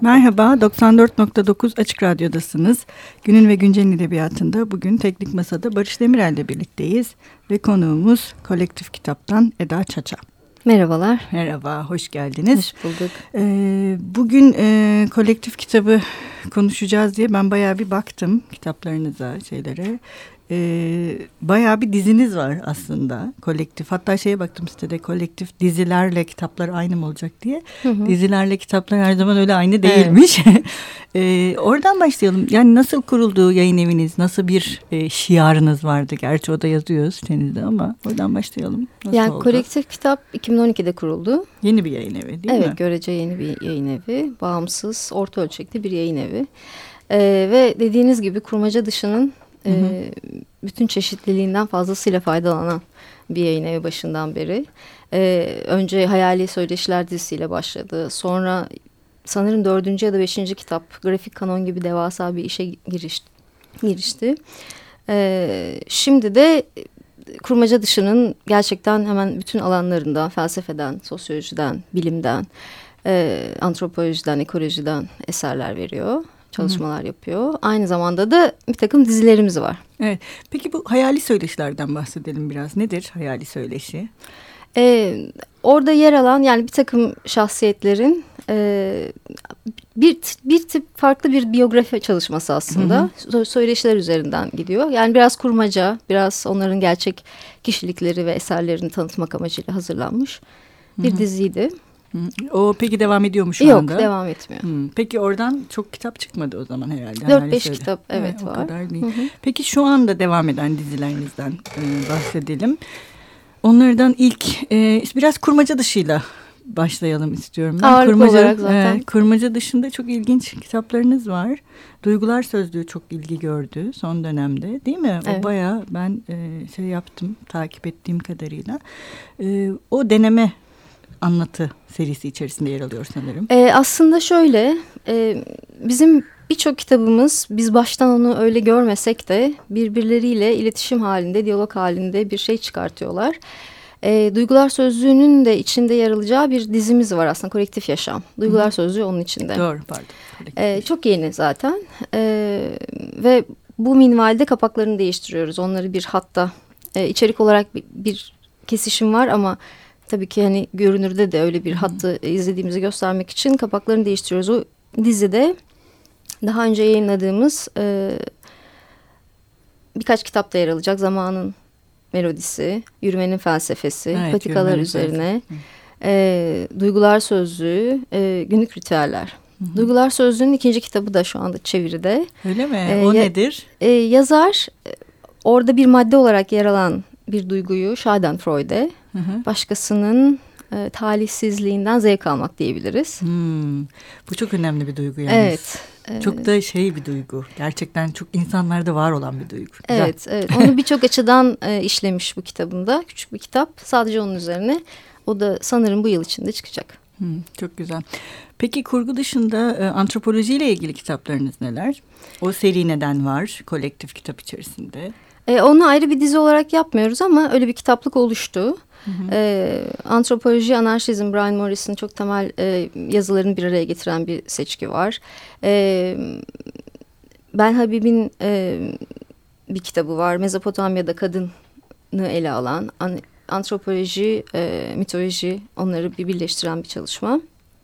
Merhaba, 94.9 Açık Radyo'dasınız. Günün ve Güncel'in edebiyatında bugün Teknik Masa'da Barış Demirel'le birlikteyiz. Ve konuğumuz Kolektif Kitap'tan Eda Çaça. Merhabalar. Merhaba, hoş geldiniz. Hoş bulduk. Bugün Kolektif Kitabı konuşacağız diye ben bayağı bir baktım kitaplarınıza, şeylere. Bayağı bir diziniz var aslında kolektif. Hatta şeye baktım sitede, kolektif dizilerle kitaplar aynı mı olacak diye. Dizilerle kitaplar her zaman öyle aynı değilmiş. Evet. Oradan başlayalım. Yani nasıl kuruldu yayın eviniz? Nasıl bir şiarınız vardı? Gerçi o da yazıyor sitenizde ama oradan başlayalım. Nasıl yani oldu? Kolektif Kitap 2012'de kuruldu. Yeni bir yayın evi değil mi? Evet, görece yeni bir yayın evi. Bağımsız, orta ölçekli bir yayın evi. Ve dediğiniz gibi kurmaca dışının bütün çeşitliliğinden fazlasıyla faydalanan bir yayın evi başından beri. Önce Hayali Söyleşiler dizisiyle başladı. Sonra sanırım 4. ya da 5. kitap Grafik Kanon gibi devasa bir işe girişti. Şimdi de kurmaca dışının gerçekten hemen bütün alanlarında, felsefeden, sosyolojiden, bilimden, antropolojiden, ekolojiden eserler veriyor. Çalışmalar yapıyor. Aynı zamanda da bir takım dizilerimiz var. Evet. Peki bu hayali söyleşilerden bahsedelim biraz. Nedir hayali söyleşi? Orada yer alan yani bir takım şahsiyetlerin bir tip farklı bir biyografi çalışması aslında. Söyleşiler üzerinden gidiyor. Yani biraz kurmaca, biraz onların gerçek kişilikleri ve eserlerini tanıtmak amacıyla hazırlanmış bir diziydi. O peki devam ediyor mu şu anda? Yok, devam etmiyor. Peki oradan çok kitap çıkmadı o zaman herhalde. 4-5 kitap evet var. O kadar değil. Peki şu anda devam eden dizilerinizden bahsedelim. Onlardan ilk biraz kurmaca dışıyla başlayalım istiyorum. Ağırlıklı olarak zaten. Kurmaca dışında çok ilginç kitaplarınız var. Duygular Sözlüğü çok ilgi gördü son dönemde değil mi? Evet. O bayağı ben şey yaptım takip ettiğim kadarıyla. O deneme anlatı serisi içerisinde yer alıyor sanırım. Aslında şöyle bizim birçok kitabımız biz baştan onu öyle görmesek de birbirleriyle iletişim halinde, diyalog halinde bir şey çıkartıyorlar. Duygular Sözlüğü'nün de içinde yer alacağı bir dizimiz var aslında, Kolektif Yaşam. Duygular Sözlüğü onun içinde. Doğru, pardon. Çok yeni zaten ve bu minvalde kapaklarını değiştiriyoruz. Onları bir hatta içerik olarak bir kesişim var ama tabii ki hani görünürde de öyle bir hattı izlediğimizi göstermek için kapaklarını değiştiriyoruz. O dizide daha önce yayınladığımız birkaç kitap da yer alacak. Zamanın Melodisi, Yürümenin Felsefesi, evet, Patikalar Üzerine, Duygular Sözlüğü, Günlük Ritüeller. Duygular Sözlüğü'nün 2. kitabı da şu anda çeviride. Öyle mi? O nedir? Yazar orada bir madde olarak yer alan bir duyguyu Schadenfreude, başkasının talihsizliğinden zevk almak diyebiliriz. Bu çok önemli bir duygu yani. Evet. Çok da bir duygu. Gerçekten çok insanlarda var olan bir duygu. Evet, evet. Onu birçok açıdan işlemiş bu kitabında. Küçük bir kitap. Sadece onun üzerine. O da sanırım bu yıl içinde çıkacak. Çok güzel. Peki kurgu dışında antropolojiyle ilgili kitaplarınız neler? O seri neden var kolektif kitap içerisinde? Onu ayrı bir dizi olarak yapmıyoruz ama öyle bir kitaplık oluştu. Antropoloji, anarşizm, Brian Morris'in çok temel yazılarını bir araya getiren bir seçki var. Ben Habib'in bir kitabı var. Mezopotamya'da kadını ele alan antropoloji, mitoloji, onları bir birleştiren bir çalışma.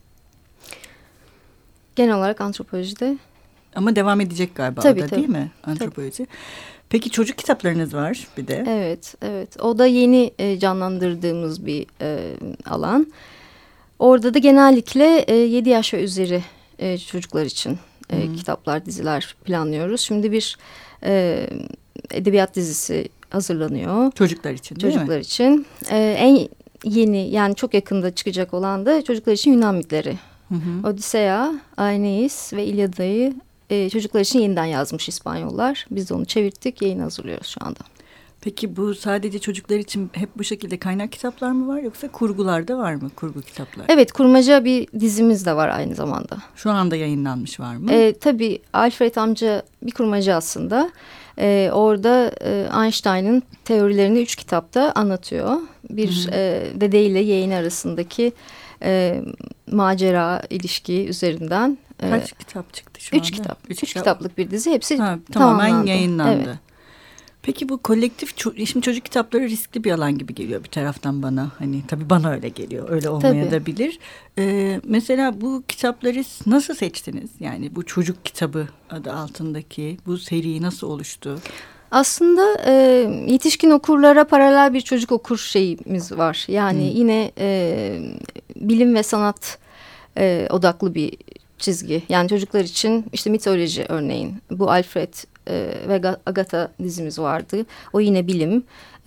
Genel olarak antropolojide. Ama devam edecek galiba tabii, o da değil mi? Antropoloji. Tabii. Peki çocuk kitaplarınız var bir de. Evet, evet. O da yeni canlandırdığımız bir alan. Orada da genellikle 7 yaş ve üzeri çocuklar için kitaplar, diziler planlıyoruz. Şimdi bir edebiyat dizisi hazırlanıyor. Çocuklar için değil mi? Çocuklar için. En yeni yani çok yakında çıkacak olan da çocuklar için Yunan mitleri. Odisea, Aeneis ve İlyada'yı çocuklar için yeniden yazmış İspanyollar. Biz de onu çevirttik, yayın hazırlıyoruz şu anda. Peki bu sadece çocuklar için hep bu şekilde kaynak kitaplar mı var yoksa kurgularda var mı kurgu kitaplar? Evet, kurmaca bir dizimiz de var aynı zamanda. Şu anda yayınlanmış var mı? Tabii Alfred amca bir kurmaca aslında. Orada Einstein'ın teorilerini 3 kitapta anlatıyor. Bir dede ile yeğeni arasındaki macera, ilişki üzerinden Kaç kitap çıktı şu anda? 3 kitap. 3 kitaplık bir dizi. Hepsi tamamen tamamlandı. yayınlandı. Evet. Peki bu kolektif, şimdi çocuk kitapları riskli bir alan gibi geliyor bir taraftan bana. Hani tabii bana öyle geliyor. Öyle olmaya da bilir. Mesela bu kitapları nasıl seçtiniz? Yani bu çocuk kitabı adı altındaki bu seri nasıl oluştu? Aslında yetişkin okurlara paralel bir çocuk okur şeyimiz var. Yani yine bilim ve sanat odaklı bir çizgi. Yani çocuklar için işte mitoloji örneğin. Bu Alfred ve Agatha dizimiz vardı. O yine bilim.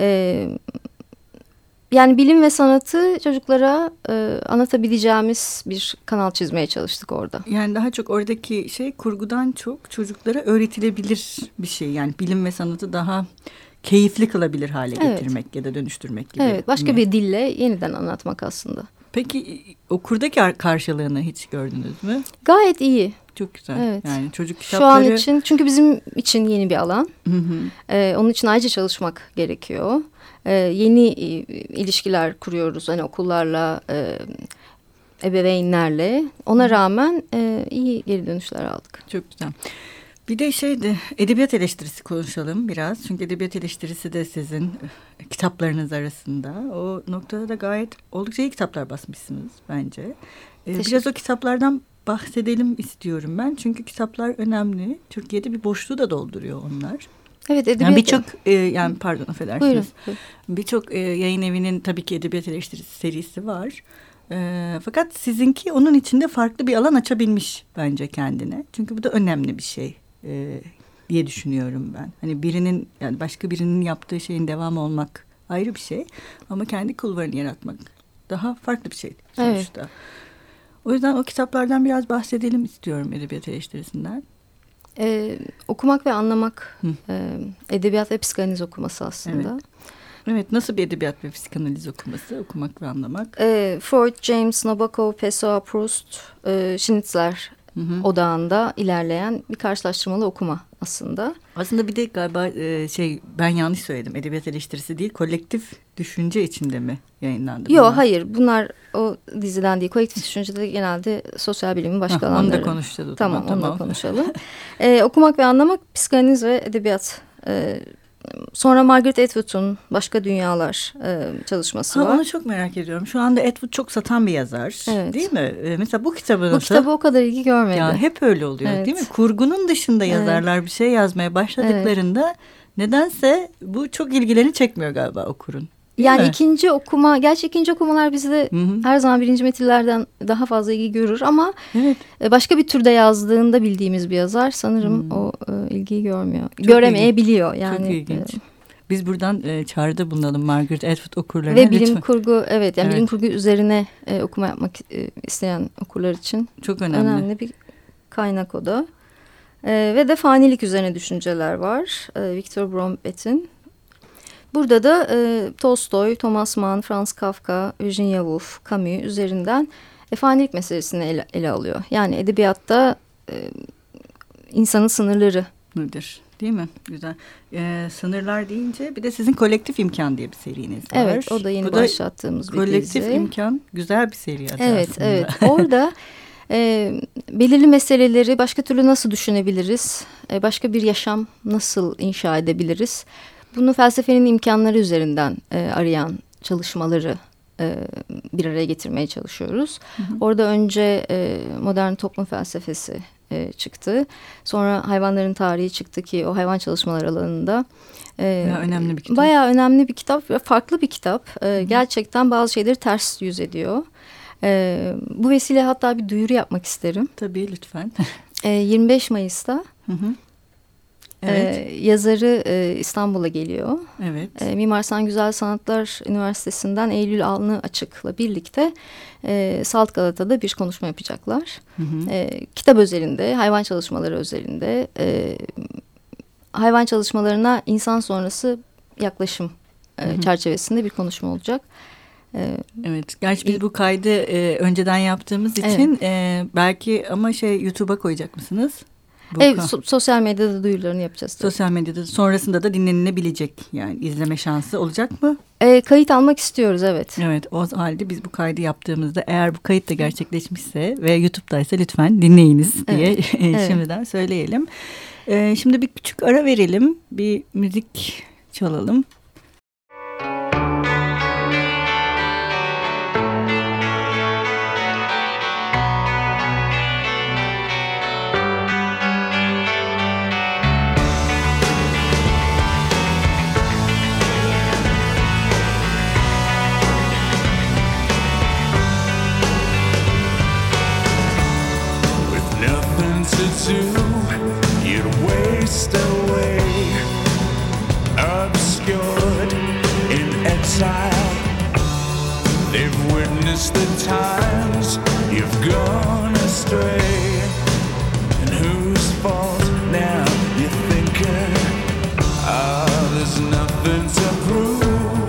Yani bilim ve sanatı çocuklara anlatabileceğimiz bir kanal çizmeye çalıştık orada. Yani daha çok oradaki şey kurgudan çok çocuklara öğretilebilir bir şey. Yani bilim ve sanatı daha keyifli kılabilir hale getirmek ya da dönüştürmek gibi. Evet, başka bir dille yeniden anlatmak aslında. Peki okurdaki karşılığını hiç gördünüz mü? Gayet iyi. Çok güzel. Evet. Yani çocuk kitapları... Şu an için, çünkü bizim için yeni bir alan. Onun için ayrıca çalışmak gerekiyor. Yeni ilişkiler kuruyoruz hani okullarla, ebeveynlerle. Ona rağmen iyi geri dönüşler aldık. Çok güzel. Bir de edebiyat eleştirisi konuşalım biraz. Çünkü edebiyat eleştirisi de sizin kitaplarınız arasında. O noktada da gayet oldukça iyi kitaplar basmışsınız bence. Biraz o kitaplardan bahsedelim istiyorum ben. Çünkü kitaplar önemli. Türkiye'de bir boşluğu da dolduruyor onlar. Evet, edebiyat. Yani birçok pardon affedersiniz. Buyurun. Birçok yayın evinin tabii ki edebiyat eleştirisi serisi var. Fakat sizinki onun içinde farklı bir alan açabilmiş bence kendine. Çünkü bu da önemli bir şey diye düşünüyorum ben. Hani başka birinin yaptığı şeyin devamı olmak ayrı bir şey. Ama kendi kulvarını yaratmak daha farklı bir şey sonuçta. Evet. O yüzden o kitaplardan biraz bahsedelim istiyorum edebiyat eleştirisinden. Okumak ve anlamak edebiyat ve psikanaliz okuması aslında. Evet. Evet, nasıl bir edebiyat ve psikanaliz okuması, okumak ve anlamak? Freud, James, Nabokov, Pessoa, Proust, Schnitzler odağında ilerleyen bir karşılaştırmalı okuma aslında. Aslında bir de galiba ben yanlış söyledim. Edebiyat eleştirisi değil, kolektif düşünce içinde mi yayınlandı? Yok, hayır. Bunlar o diziden değil. Kolektif düşüncede genelde sosyal bilimin başka alanları. Onu da konuşacağız. Tamam, onu da konuşalım. Okumak ve anlamak psikanaliz ve edebiyat. Sonra Margaret Atwood'un Başka Dünyalar çalışması var. Onu çok merak ediyorum. Şu anda Atwood çok satan bir yazar, değil mi? Mesela bu kitabı nasıl? Bu kitabı o kadar ilgi görmedi. Ya hep öyle oluyor, değil mi? Kurgunun dışında yazarlar bir şey yazmaya başladıklarında nedense bu çok ilgilerini çekmiyor galiba okurun. Yani ikinci okumalar bizde her zaman birinci metinlerden daha fazla ilgi görür ama başka bir türde yazdığında bildiğimiz bir yazar sanırım o ilgiyi görmüyor. Göremeyebiliyor yani. Çok ilginç. Biz buradan çağrıda bulunalım Margaret Atwood okurlarına. Ve bilim kurgu bilim kurgu üzerine okuma yapmak isteyen okurlar için çok önemli bir kaynak o da. Ve de fanilik üzerine düşünceler var. Viktor Brombett'in. Burada da Tolstoy, Thomas Mann, Franz Kafka, Virginia Woolf, Camus üzerinden fanilik meselesini ele alıyor. Yani edebiyatta insanın sınırları. Nedir? Değil mi? Güzel. Sınırlar deyince bir de sizin Kolektif İmkan diye bir seriniz var. Evet, o da yeni başlattığımız bir dizi. Kolektif İmkan güzel bir seri aslında. Evet. Orada belirli meseleleri başka türlü nasıl düşünebiliriz? Başka bir yaşam nasıl inşa edebiliriz? Bunu felsefenin imkanları üzerinden arayan çalışmaları bir araya getirmeye çalışıyoruz. Orada önce modern toplum felsefesi çıktı. Sonra hayvanların tarihi çıktı ki o hayvan çalışmaları alanında önemli bir kitap. Bayağı önemli bir kitap ve farklı bir kitap. Gerçekten bazı şeyleri ters yüz ediyor. Bu vesile hatta bir duyuru yapmak isterim. Tabii lütfen. 25 Mayıs'ta evet. Yazarı İstanbul'a geliyor. Evet. Mimar Sinan Güzel Sanatlar Üniversitesi'nden Eylül Alnı Açık'la birlikte Salt Galata'da bir konuşma yapacaklar. Kitap özelinde, hayvan çalışmaları özelinde, hayvan çalışmalarına insan sonrası yaklaşım çerçevesinde bir konuşma olacak. Evet, gerçi biz bu kaydı önceden yaptığımız için belki ama YouTube'a koyacak mısınız? Evet, sosyal medyada duyurularını yapacağız. Tabii. Sosyal medyada sonrasında da dinlenilebilecek, yani izleme şansı olacak mı? Kayıt almak istiyoruz, evet. Evet, o halde biz bu kaydı yaptığımızda, eğer bu kayıt da gerçekleşmişse ve YouTube'daysa lütfen dinleyiniz diye evet. Şimdiden söyleyelim. Şimdi bir küçük ara verelim, bir müzik çalalım. You'd waste away, obscured in exile. They've witnessed the times you've gone astray. And whose fault now you're thinking? There's nothing to prove.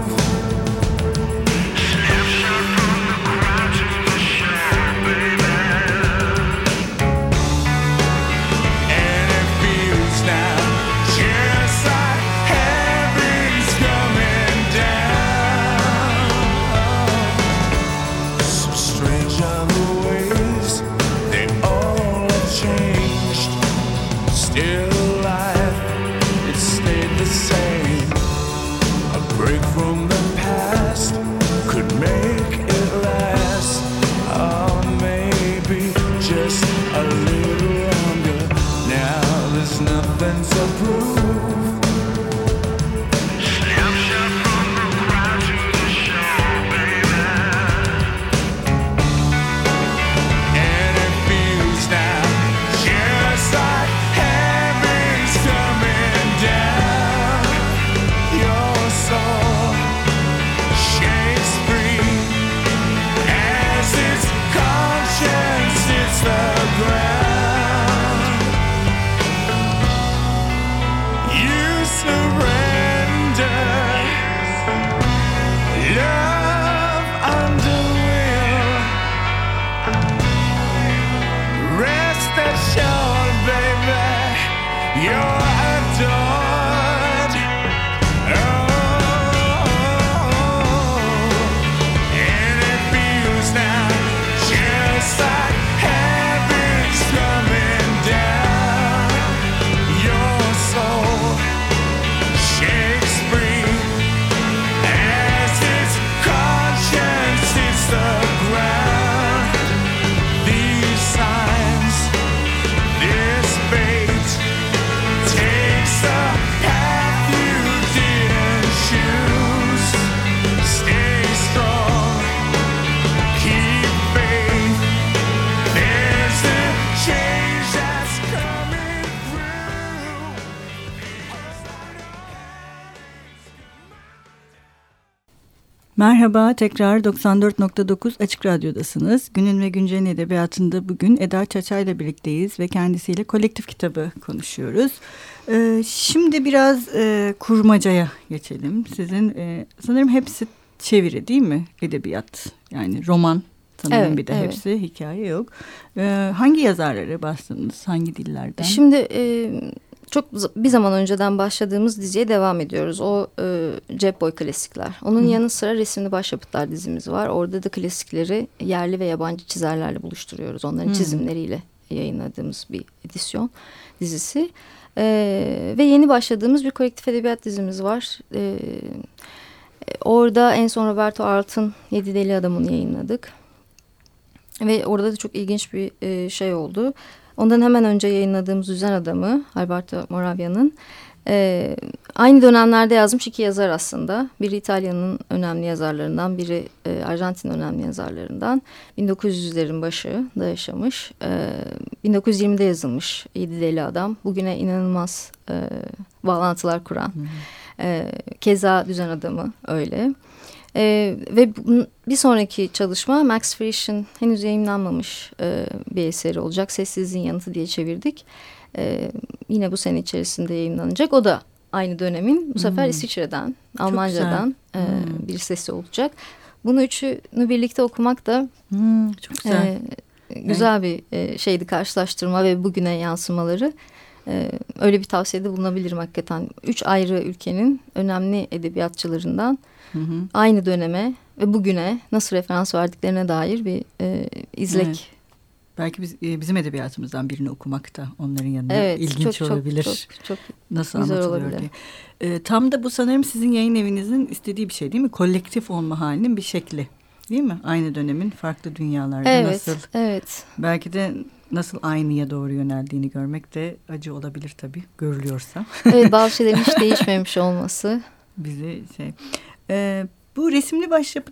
Merhaba, tekrar 94.9 Açık Radyo'dasınız. Günün ve Güncel'in edebiyatında bugün Eda Çaça ile birlikteyiz ve kendisiyle kolektif kitabı konuşuyoruz. Şimdi biraz kurmacaya geçelim. Sizin sanırım hepsi çeviri değil mi? Edebiyat, yani roman sanırım, evet, bir de evet. Hepsi, hikaye yok. Hangi yazarları bastınız, hangi dillerden? Şimdi... Çok bir zaman önceden başladığımız diziye devam ediyoruz. O Cep Boy klasikler. Onun yanı sıra resimli başyapıtlar dizimiz var. Orada da klasikleri yerli ve yabancı çizerlerle buluşturuyoruz. Onların çizimleriyle yayınladığımız bir edisyon dizisi. Ve yeni başladığımız bir kolektif edebiyat dizimiz var. Orada en son Roberto Arlt'ın 7 Deli Adam'ını yayınladık. Ve orada da çok ilginç bir şey oldu. Ondan hemen önce yayınladığımız Düzen Adamı, Alberto Moravia'nın aynı dönemlerde yazmış iki yazar aslında. Biri İtalya'nın önemli yazarlarından, biri Arjantin önemli yazarlarından. 1900'lerin başında yaşamış. 1920'de yazılmış 7 Deli Adam. Bugüne inanılmaz bağlantılar kuran. Keza Düzen Adamı öyle. Ve bir sonraki çalışma Max Frisch'in henüz yayınlanmamış bir eseri olacak. Sessizliğin Yanıtı diye çevirdik. Yine bu sene içerisinde yayınlanacak. O da aynı dönemin, bu sefer İsviçre'den, Almanca'dan bir sesi olacak. Bunu üçünü birlikte okumak da çok güzel. güzel bir şeydi karşılaştırma ve bugüne yansımaları. Öyle bir tavsiyede bulunabilirim hakikaten. 3 ayrı ülkenin önemli edebiyatçılarından aynı döneme ve bugüne nasıl referans verdiklerine dair bir izlek. Evet. Belki bizim edebiyatımızdan birini okumak da onların yanına ilginç olabilir. Çok nasıl anlatılıyor diye. Tam da bu sanırım sizin yayın evinizin istediği bir şey değil mi? Kolektif olma halinin bir şekli. Değil mi? Aynı dönemin farklı dünyalarda nasıl? Evet. Belki de nasıl aynıya doğru yöneldiğini görmek de acı olabilir tabii, görülüyorsa. Evet, bazı şeylerin hiç değişmemiş olması. Bizi bu resimli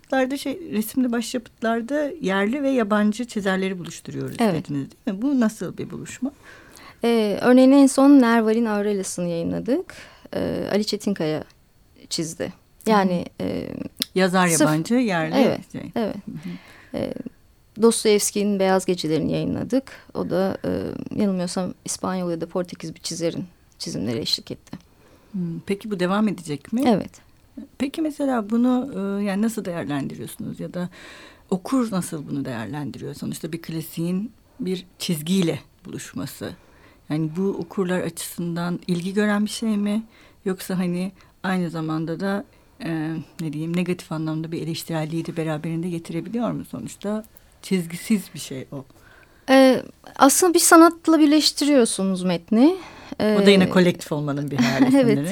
başyapıtlarda yerli ve yabancı çizerleri buluşturuyoruz dediniz değil mi? Bu nasıl bir buluşma? Örneğin en son Nerval'in Aurelius'ını yayınladık. Ali Çetinkaya çizdi. Yani yazar yabancı, yerli. Evet. Dostoyevski'nin Beyaz Gecelerini yayınladık. O da yanılmıyorsam İspanyol ya da Portekiz bir çizerin çizimleri eşlik etti. Peki bu devam edecek mi? Evet. Peki mesela bunu yani nasıl değerlendiriyorsunuz ya da okur nasıl bunu değerlendiriyor? Sonuçta bir klasiğin bir çizgiyle buluşması. Yani bu okurlar açısından ilgi gören bir şey mi? Yoksa hani aynı zamanda da negatif anlamda bir eleştirelliği de beraberinde getirebiliyor mu? Sonuçta çizgisiz bir şey o. Aslında bir sanatla birleştiriyorsunuz metni. O da yine kolektif olmanın bir hali. Evet.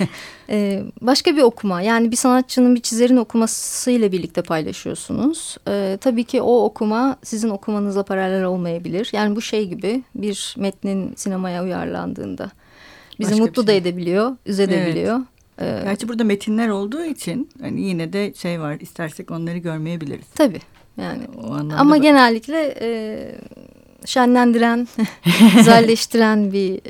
Başka bir okuma, yani bir sanatçının bir çizerin okumasıyla birlikte paylaşıyorsunuz. Tabii ki o okuma sizin okumanızla paralel olmayabilir. Yani bu şey gibi, bir metnin sinemaya uyarlandığında bizi başka mutlu da edebiliyor, üzebiliyor. Evet. Gerçi burada metinler olduğu için hani yine de var, istersek onları görmeyebiliriz. Tabii yani ama genellikle şenlendiren, güzelleştiren bir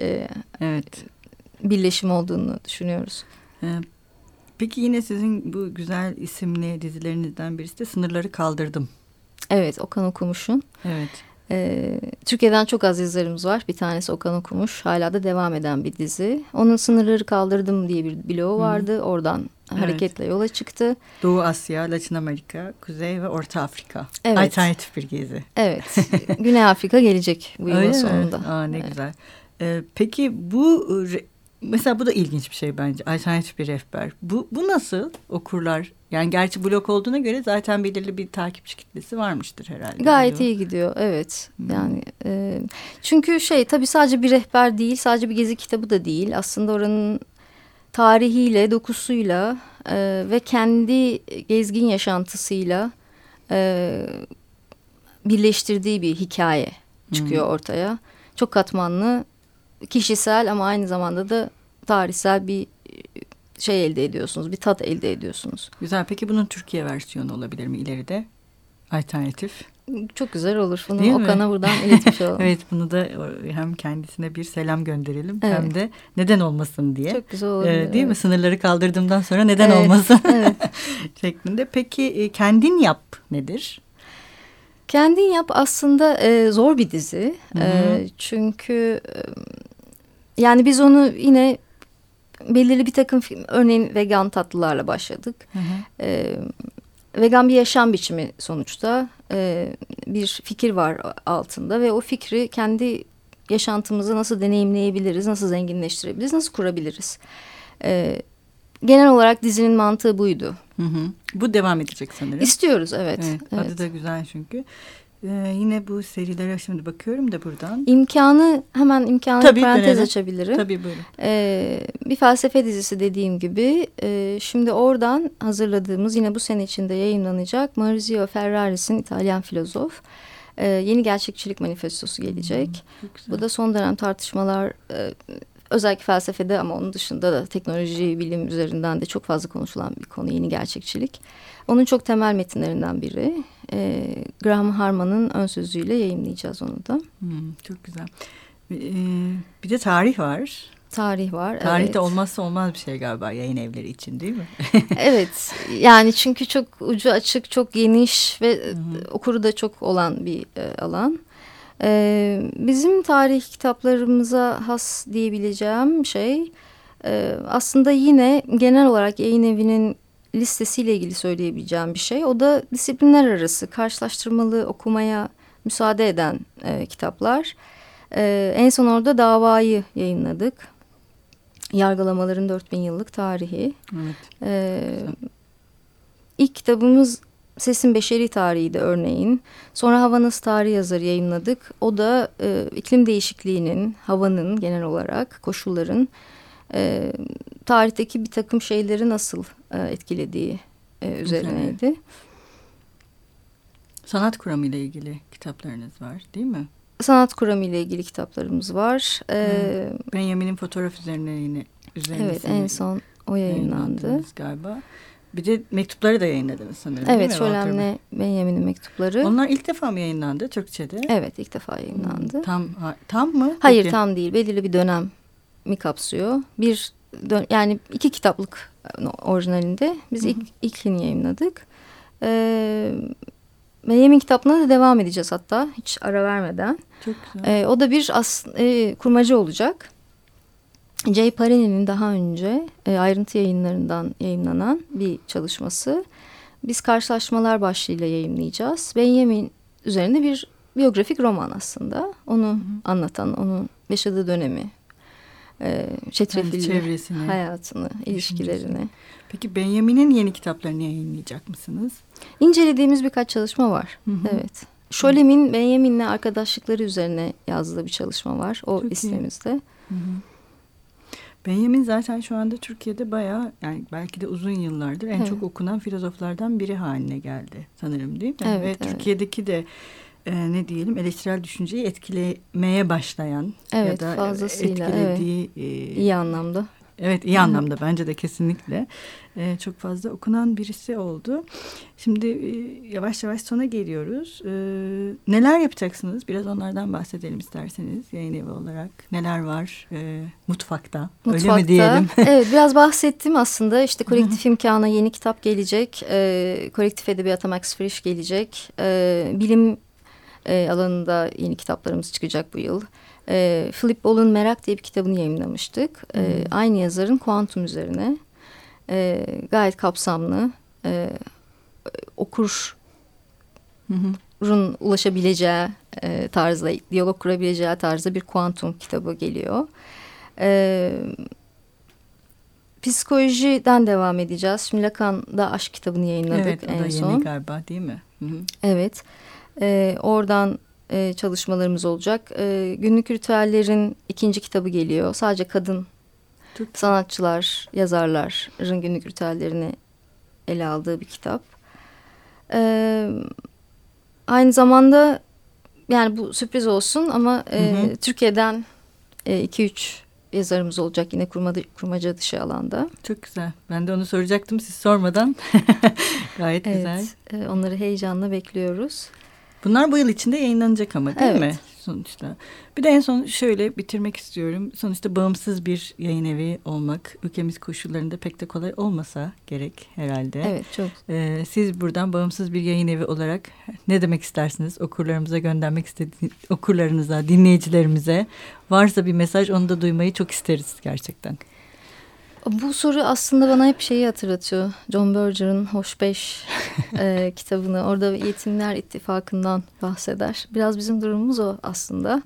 birleşim olduğunu düşünüyoruz. Peki yine sizin bu güzel isimli dizilerinizden birisi de Sınırları Kaldırdım. Evet, Okan Okumuş'un. Evet. Türkiye'den çok az yazarımız var. Bir tanesi Okan Okumuş. Hala da devam eden bir dizi. Onun Sınırları Kaldırdım diye bir bloğu vardı. Oradan hareketle yola çıktı. Doğu Asya, Latin Amerika, Kuzey ve Orta Afrika. Evet. Alternatif bir gezi. Evet. Güney Afrika gelecek bu yılın sonunda. Ne güzel. Peki bu mesela bu da ilginç bir şey bence. Alternatif bir rehber. Bu nasıl okurlar? Yani gerçi blog olduğuna göre zaten belirli bir takipçi kitlesi varmıştır herhalde. Gayet iyi gidiyor, evet. Yani çünkü tabii sadece bir rehber değil, sadece bir gezi kitabı da değil. Aslında oranın tarihiyle, dokusuyla ve kendi gezgin yaşantısıyla birleştirdiği bir hikaye çıkıyor ortaya. Çok katmanlı, kişisel ama aynı zamanda da tarihsel bir elde ediyorsunuz, bir tat elde ediyorsunuz. Güzel. Peki bunun Türkiye versiyonu olabilir mi ileride? Alternatif. Çok güzel olur. Bunu Okan'a buradan iletmiş olalım. Evet, bunu da hem kendisine bir selam gönderelim hem de neden olmasın diye. Çok güzel olur. Değil mi? Sınırları kaldırdığımdan sonra neden olmasın şeklinde. Peki kendin yap nedir? Kendin yap aslında zor bir dizi. Çünkü yani biz onu yine belirli bir takım örneğin vegan tatlılarla başladık. Vegan bir yaşam biçimi sonuçta. Bir fikir var altında ve o fikri kendi yaşantımızı nasıl deneyimleyebiliriz, nasıl zenginleştirebiliriz, nasıl kurabiliriz? Genel olarak dizinin mantığı buydu. Bu devam edecek sanırım. İstiyoruz, evet. Adı da güzel çünkü. Yine bu serilere şimdi bakıyorum da buradan. Hemen imkanı parantez açabilirim. Tabii, buyurun. Bir felsefe dizisi dediğim gibi. Şimdi oradan hazırladığımız, yine bu sene içinde yayınlanacak Maurizio Ferraris'in, İtalyan filozof, Yeni Gerçekçilik Manifestosu gelecek. Bu da son dönem tartışmalar, özellikle felsefede ama onun dışında da teknoloji, bilim üzerinden de çok fazla konuşulan bir konu, yeni gerçekçilik. Onun çok temel metinlerinden biri. Graham Harman'ın ön sözüyle yayınlayacağız onu da. Çok güzel. Bir de tarih var. Tarih var. Tarih de olmazsa olmaz bir şey galiba yayın evleri için, değil mi? Evet. Yani çünkü çok ucu açık, çok geniş ve okuru da çok olan bir alan. Bizim tarih kitaplarımıza has diyebileceğim şey aslında yine genel olarak yayın evinin listesiyle ilgili söyleyebileceğim bir şey. O da disiplinler arası karşılaştırmalı okumaya müsaade eden kitaplar. En son orada Davayı yayınladık. Yargılamaların 4000 yıllık tarihi. Evet. İlk kitabımız Sesin Beşeri Tarihi'ydi örneğin. Sonra Havanız Tarihi yazarı yayınladık. O da iklim değişikliğinin, havanın genel olarak koşulların tarihteki bir takım şeyleri nasıl etkilediği üzerineydi. Evet. Sanat kuramı ile ilgili kitaplarınız var değil mi? Sanat kuramı ile ilgili kitaplarımız var. Benjamin'in fotoğraf üzerine evet, en son o yayınlandı galiba. Bir de mektupları da yayınladınız sanırım. Evet, Şölen'le Benjamin'in mektupları. Onlar ilk defa mı yayınlandı Türkçe'de? Evet, ilk defa yayınlandı. Tam mı? Hayır, peki? tam değil. Belirli bir dönem mi kapsıyor? Yani 2 kitaplık orijinalinde. Biz ilkini yayınladık. Benjamin kitabına da devam edeceğiz hatta. Hiç ara vermeden. Çok güzel. O da bir kurmacı olacak. Jay Parini'nin daha önce ayrıntı yayınlarından yayınlanan bir çalışması. Biz karşılaşmalar başlığıyla yayımlayacağız. Benjamin üzerine bir biyografik roman aslında. Onu anlatan, onun yaşadığı dönemi, çetrefilli hayatını, ilişkilerini. Peki Benjamin'in yeni kitaplarını yayınlayacak mısınız? İncelediğimiz birkaç çalışma var. Evet. Şolem'in Benjamin'le arkadaşlıkları üzerine yazdığı bir çalışma var. O çok listemizde. Benjamin zaten şu anda Türkiye'de bayağı, yani belki de uzun yıllardır en çok okunan filozoflardan biri haline geldi sanırım, değil mi? Evet, ve Türkiye'deki de ne diyelim, eleştirel düşünceyi etkilemeye başlayan ya da fazlasıyla, etkilediği iyi anlamda. Evet, iyi anlamda bence de kesinlikle çok fazla okunan birisi oldu. Şimdi yavaş yavaş sona geliyoruz. Neler yapacaksınız? Biraz onlardan bahsedelim isterseniz yayın evi olarak. Neler var mutfakta? Öyle mi diyelim? Evet, biraz bahsettim aslında. İşte kolektif imkana yeni kitap gelecek. Kolektif edebiyata Max Frisch gelecek. Bilim alanında yeni kitaplarımız çıkacak bu yıl. Philip Boll'un Merak diye bir kitabını yayımlamıştık. Aynı yazarın kuantum üzerine. Gayet kapsamlı. Okurun ulaşabileceği tarzda, diyalog kurabileceği tarzda bir kuantum kitabı geliyor. Psikolojiden devam edeceğiz. Şimdi Lacan'da Aşk kitabını yayınladık en son. Evet, o da yeni galiba değil mi? Evet. Oradan çalışmalarımız olacak. Günlük ritüellerin 2. kitabı geliyor. Sadece kadın sanatçılar, yazarların günlük ritüellerini ele aldığı bir kitap. Aynı zamanda, yani bu sürpriz olsun ama Türkiye'den 2-3 yazarımız olacak yine kurmaca dışı alanda. Çok güzel. Ben de onu soracaktım siz sormadan. Gayet güzel. Onları heyecanla bekliyoruz. Bunlar bu yıl içinde yayınlanacak ama değil evet. mi? Sonuçta. Bir de en son şöyle bitirmek istiyorum. Sonuçta bağımsız bir yayın evi olmak ülkemiz koşullarında pek de kolay olmasa gerek herhalde. Evet, çok. Siz buradan bağımsız bir yayın evi olarak ne demek istersiniz? Okurlarımıza göndermek istediğiniz, okurlarınıza, dinleyicilerimize varsa bir mesaj, onu da duymayı çok isteriz gerçekten. Bu soru aslında bana hep şeyi hatırlatıyor. John Berger'ın Hoş Beş kitabını. Orada Yetimler İttifakı'ndan bahseder. Biraz bizim durumumuz o aslında.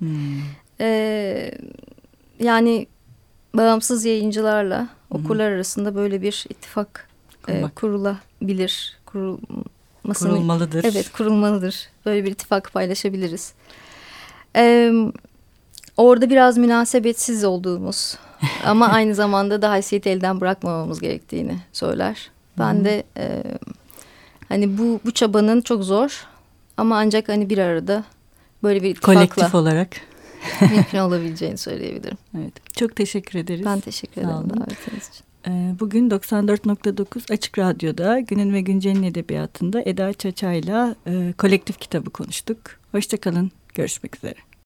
Yani bağımsız yayıncılarla okurlar arasında böyle bir ittifak kurulabilir. Kurulmalıdır. Evet, kurulmalıdır. Böyle bir ittifak paylaşabiliriz. Orada biraz münasebetsiz olduğumuz ama aynı zamanda da haysiyeti elden bırakmamamız gerektiğini söyler. Ben de hani bu çabanın çok zor ama ancak hani bir arada böyle bir ittifakla kolektif olarak mümkün olabileceğini söyleyebilirim. Evet. Çok teşekkür ederiz. Ben teşekkür ederim davetiniz için. Bugün 94.9 Açık Radyo'da Günün ve Güncel'in edebiyatında Eda Çaça'yla kolektif kitabı konuştuk. Hoşça kalın. Görüşmek üzere.